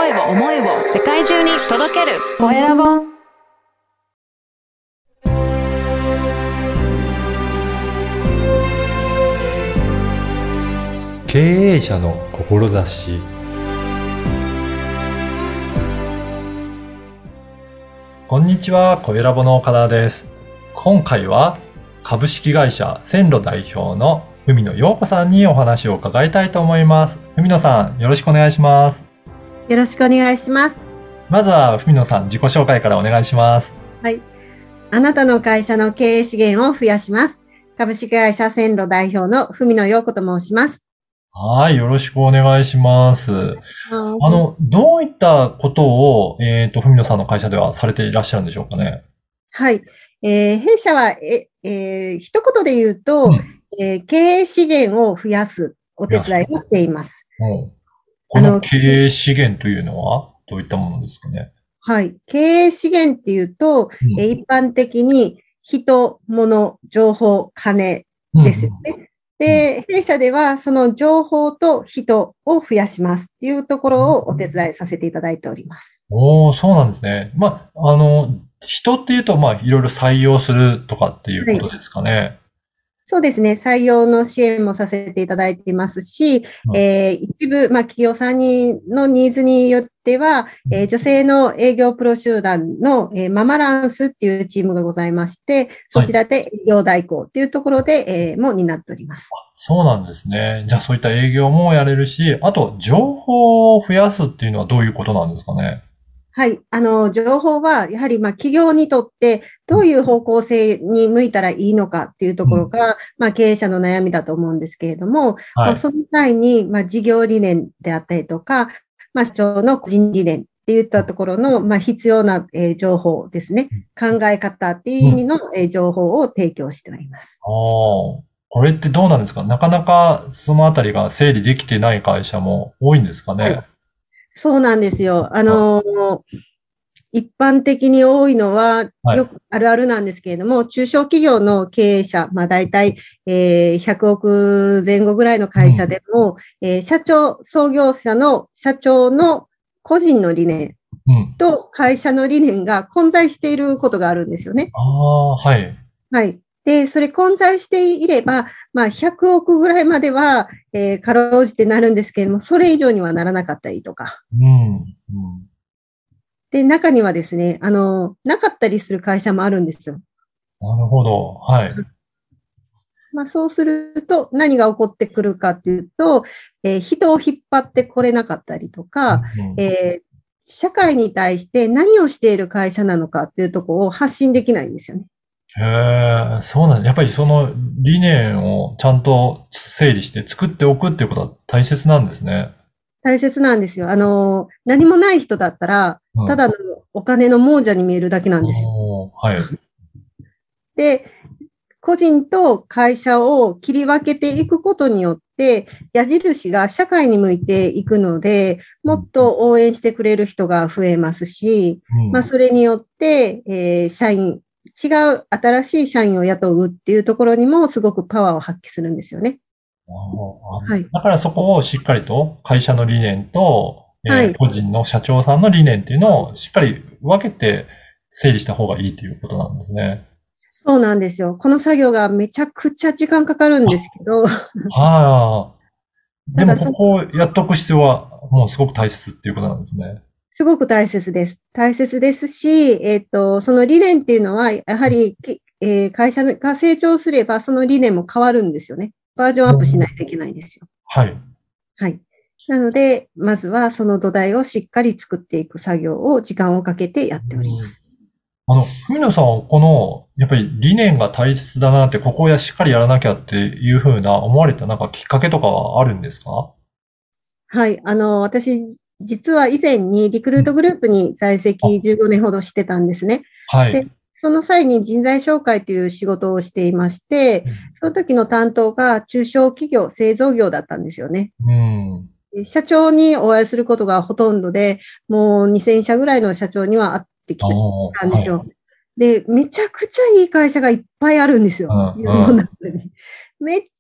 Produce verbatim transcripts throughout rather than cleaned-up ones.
声を思いを世界中に届けるコエラボ。 経営者の志。こんにちは、コエラボの岡田です。今回は株式会社線路代表の文野陽子さんにお話を伺いたいと思います。文野さん、よろしくお願いします。 よろしくお願いします。 まずは文野さん、自己紹介からお願いします。 はい。あなたの会社の経営資源を増やします。株式会社線路代表の文野陽子と申します。 はい、よろしくお願いします。あの、どういったことを、えっと、文野さんの会社ではされていらっしゃるんでしょうかね。 はい。えー、弊社は、え、えー、一言で言うと、うんえー、経営資源を増やすお手伝いをしています。 うん、この経営資源というのはどういったものですかね。 はい。経営資源っていうと、うん、一般的に人、物、情報、金ですよね。うんうんで、弊社ではその情報と人を増やしますっていうところをお手伝いさせていただいております。 おー、そうなんですね。まあ、あの、人っていうと、まあ、いろいろ採用するとかっていうことですかね。はい、 そうですね。採用の支援もさせていただいていますし、うん、えー、一部、まあ、企業さんにのニーズによっては、えー、女性の営業プロ集団の、えー、ママランスっていうチームがございまして、そちらで営業代行っていうところで、はいえー、も担っております。 そうなんですね。じゃあそういった営業もやれるし、あと情報を増やすっていうのはどういうことなんですかね。 はい。あの、情報は、やはり、まあ、企業にとって、どういう方向性に向いたらいいのかっていうところが、うん、まあ、経営者の悩みだと思うんですけれども、はいまあ、その際に、まあ、事業理念であったりとか、まあ、社長の個人理念っていったところの、まあ、必要な、えー、情報ですね。考え方っていう意味の、えー、情報を提供しております。 うん、ああ、これってどうなんですか？なかなかそのあたりが整理できてない会社も多いんですかね。はいそうなんですよ。あのー、一般的に多いのは、よくあるあるなんですけれども、はい、中小企業の経営者、まあ大体、えー、ひゃくおくぜん後ぐらいの会社でも、うんえー、社長、創業者の社長の個人の理念と会社の理念が混在していることがあるんですよね。 ああ、はい。 はい。で、それ混在していれば、まあ、ひゃくおくぐらいまでは、えー、かろうじてなるんですけれども、それ以上にはならなかったりとか。 うんうん、 で、中にはですね、あの、なかったりする会社もあるんですよ。 なるほど。はい。 まあ、そうすると、何が起こってくるかっていうと、えー、人を引っ張ってこれなかったりとか、うんえー、社会に対して何をしている会社なのかっていうところを発信できないんですよね。 へえ、そうなんです。やっぱりその理念をちゃんと整理して作っておくっていうことは大切なんですね。 大切なんですよ。あの、何もない人だったら、うん、ただのお金の亡者に見えるだけなんですよ。 はい。 で、個人と会社を切り分けていくことによって、矢印が社会に向いていくので、もっと応援してくれる人が増えますし、うん、まあ、それによって、えー、社員、違う新しい社員を雇うっていうところにもすごくパワーを発揮するんですよね。 はい、だからそこをしっかりと会社の理念と、えーはい、個人の社長さんの理念っていうのをしっかり分けて整理した方がいいということなんですね。 そうなんですよ。この作業がめちゃくちゃ時間かかるんですけど。 はあ。でもここをやっとく必要はもうすごく大切っていうことなんですね。 すごく大切です。大切ですし、えっと、その理念っていうのは、やはり、えー、会社が成長すれば、その理念も変わるんですよね。バージョンアップしないといけないんですよ。 はい。 はい。なので、まずはその土台をしっかり作っていく作業を時間をかけてやっております。 あの、文野さんはこの、やっぱり理念が大切だなって、ここをしっかりやらなきゃっていうふうな思われたなんかきっかけとかはあるんですか？ はい。あの、私、実は以前にリクルートグループに在籍じゅうごねんほどしてたんですね。 はい。 でその際に人材紹介という仕事をしていまして、その時の担当が中小企業、製造業だったんですよね。 うん、 社長にお会いすることがほとんどで、もうにせんしゃぐらいの社長には会ってきてたんですよ。はい、で、めちゃくちゃいい会社がいっぱいあるんですよ。世の中に。めっ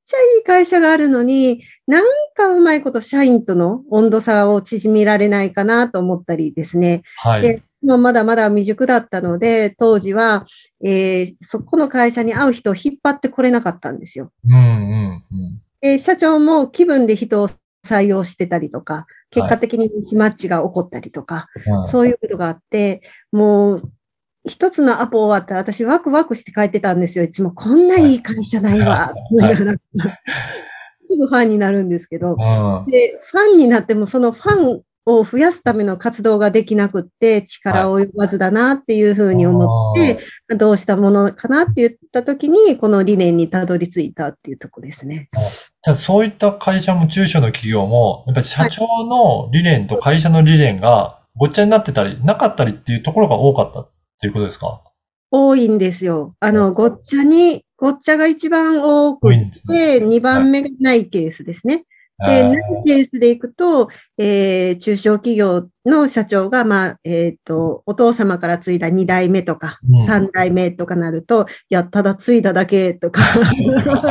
ちゃいい会社があるのに、なんかうまいこと社員との温度差を縮められないかなと思ったりですね。 はい。 で、私もまだまだ未熟だったので、当時は、えーそこの会社に合う人を引っ張ってこれなかったんですよ。 うんうんうん。 で、社長も気分で人を採用してたりとか、結はい。 果的にミスマッチが起こったりとか、 うんそういうことがあって、もう、一つのアポ終わったら私ワクワクして帰ってたんですよ。いつもこんないい会社ないわ、って思いはい。 ながら。すぐファンになるんですけど、 うん。 で、ファンになってもそのファンを増やすための活動ができなくってはい。 力及ばずだなっていうふうに思っあて、どうしたものかなって言った時に、この理念にたどり着いたっていうところですね。 あ。じゃあ、そういった会社も中小の企業も、やっぱり社はい。 長の理念と会社の理念がごっちゃになってたり、なかったりっていうところが多かったっていうことですか？ 多いんですよ。あの、ごっちゃに、ごっちゃが一番多くっ多いんですね。 て、2 はい。 番目がないケースですね。で、ないえケースでいくと、えー中小企業の社長が、まあ、えっと、お父様から継いだに代目とか、 ー、うん。 さん代目とかなると、いや、ただ継いだだけとか、 はい。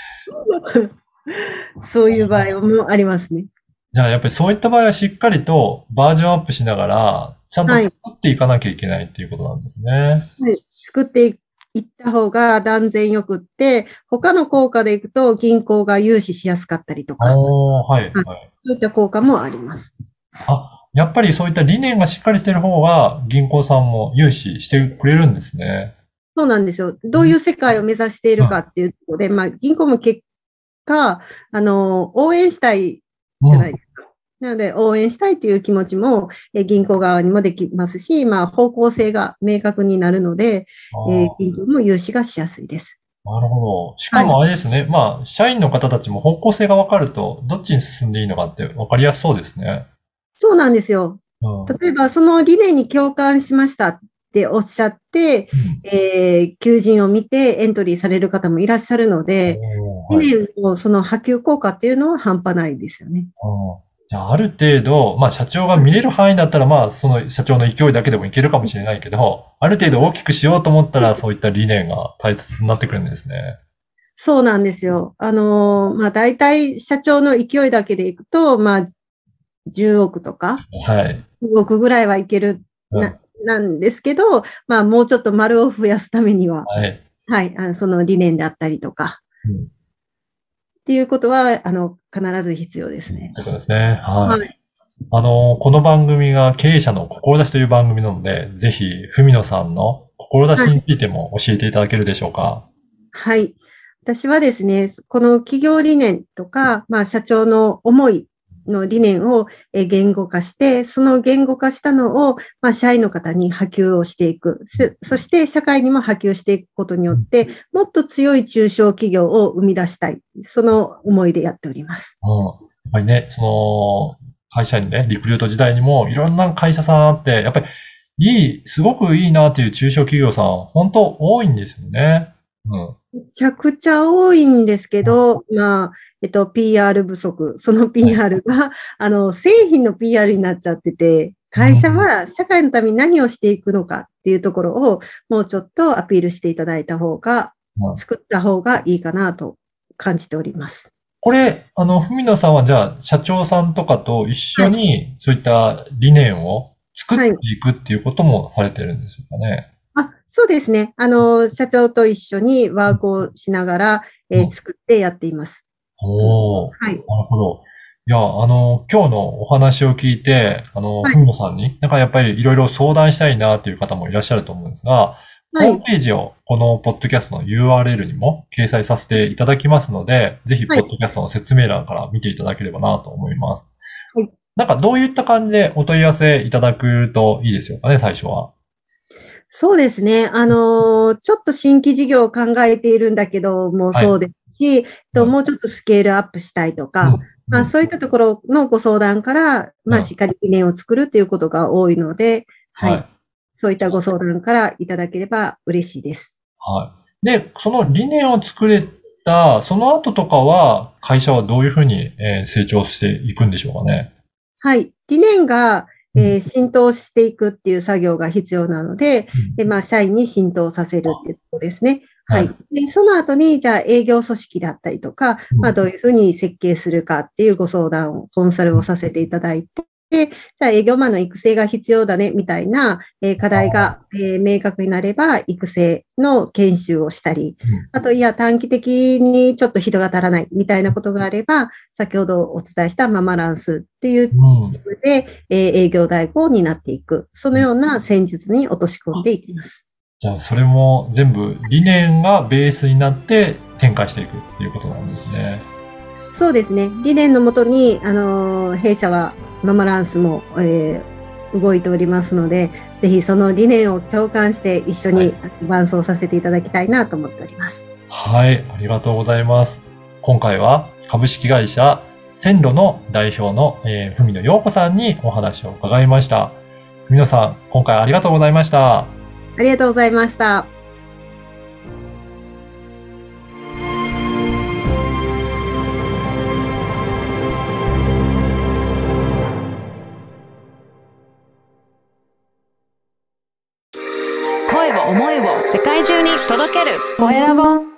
そういう場合もありますね。 じゃあ、やっぱりそういった場合はしっかりとバージョンアップしながら、ちゃんと作はい。 っていかなきゃいけないっていうことなんですね。 はい。作っていった方が断然よくって、他の効果でいくと銀行が融資しやすかったりとか、 おー、はい、 はい。 はい。 そういった効果もあります。 あ、やっぱりそういった理念がしっかりしている方が銀行さんも融資してくれるんですね。 そうなんですよ。 うん、 どういう世界を目指しているかっていうところで、まあ、銀行も結果、あの、応援したいうん。 じゃないですか。なので、応援したいという気持ちも、え銀行側にもできますし、まあ、方向性が明確になるので、えーあ銀行も融資がしやすいです。 あ、なるほど。しかはい。 もあれですね。まあ、社員の方たちも方向性がわかると、どっちに進んでいいのかってわかりやすそうですね。 そうなんですよ。 うん。う例えば、その理念に共感しましたっておっしゃって、 ん。 えー求人を見てエントリーされる方もいらっしゃるので、 おー、 理はい。 念のその波及効果っていうのは半端ないですよね。 うん。じゃあ、ある程度、まあ、社長が見れる範囲だったら、まあ、その社長の勢いだけでもいけるかもしれないけど、ある程度大きくしようと思ったら、そういった理念が大切になってくるんですね。 そうなんですよ。あのーまあ、大体社長の勢いだけでいくと、まあ、じゅうおくとか、 はい。 じゅうおくぐらいはいけるな、 うん。 なんですけど、まあ、もうちょっと丸を増やすためには、 はい。 はい、あのその理念であったりとか、 うん。 っていうことは、あの、必ず必要ですね。 ということですね。はい。 はい。 あの、この番組が経営者の志という番組なので、ぜひ、文野さんの志にはい。 ついても教えていただけるでしょうか？ はい。私はですね、この企業理念とか、まあ、社長の思いの理念をえ言語化して、その言語化したのを、まあ、社員の方に波及をしていく。そして社会にも波及していくことによって、もっと強い中小企業を生み出したい。その思いでやっております。 うん。やっぱりね、その、会社にね、リクルート時代にもいろんな会社さんあって、やっぱりいい、すごくいいなっていう中小企業さん、本当多いんですよね。うん。 めちゃくちゃ多いんですけど、まあ、えっと、ピーアール 不足、そのはい。 ピーアール が、あの、製品の ピーアール になっちゃってて、会社うん。 は社会のために何をしていくのかっていうところを、もうちょっとアピールしていただいた方が、 うん。 作った方がいいかなと感じております。 これ、あの、文野さんはじゃあ、社長さんとかと一緒はい。 に、そういった理念を作ってはい。 いくっていうこともされてるんでしょうかね。 あ、そうですね。あの、社長と一緒にワークをしながら、えーうん。 作ってやっています。 おー、 はい。 なるほど。いや、あの、今日のお話を聞いて、あの、 はい。 ふみのさんに、なんかやっぱりいろいろ相談したいなっていう方もいらっしゃると思うんですが、ホームはい。 ページをこのポッドキャストの ユーアールエル にも掲載させていただきますので、ぜひはい。 ポッドキャストの説明欄から見ていただければなと思います。 はい。 なんかどういった感じでお問い合わせいただくといいですよかね、最初は。 そうですね。あのーちょっと新規事業を考えているんだけどもはい。 そうですし、と、 うん。 もうちょっとスケールアップしたいとか、 うん。 まあ、 うん。 そういったところのご相談から、まあ、 うん。 しっかり理念を作るということが多いので、はい。 はい。 そういったご相談からいただければ嬉しいです。 はい。で、その理念を作れた、その後とかは、会社はどういうふうに、えー成長していくんでしょうかね。 はい。理念が、 うん。 えー浸透していくっていう作業が必要なので、 うん。 で、まあ、社員に浸透させるっていうことですね。 はい。で、その後に、じゃあ営業組織だったりとか、 うん、 まあどういうふうに設計するかっていうご相談を、コンサルをさせていただいて、で、じゃあ営業マンの育成が必要だね、みたいな、えー課題が、えー明確になれば、育成の研修をしたり、 うん、 あと、いや、短期的にちょっと人が足らない、みたいなことがあれば、先ほどお伝えしたママランスっていううん。 で、えー営業代行になっていく。そのような戦術に落とし込んでいきます。 じゃあ、それも全部理念がベースになって展開していくっていうことなんですね。 そうですね。理念のもとに、あのー弊社はママランスも、えー動いておりますので、ぜひその理念を共感して一緒に伴走させていただきたいなと思っております。 はい、ありがとうございます。今回は株式会社線路の代表の、えー、文野陽子さんにお話を伺いました。文野さん、今回ありがとうございました。 ありがとうございました。 声を思いを世界中に届けるコエラボ。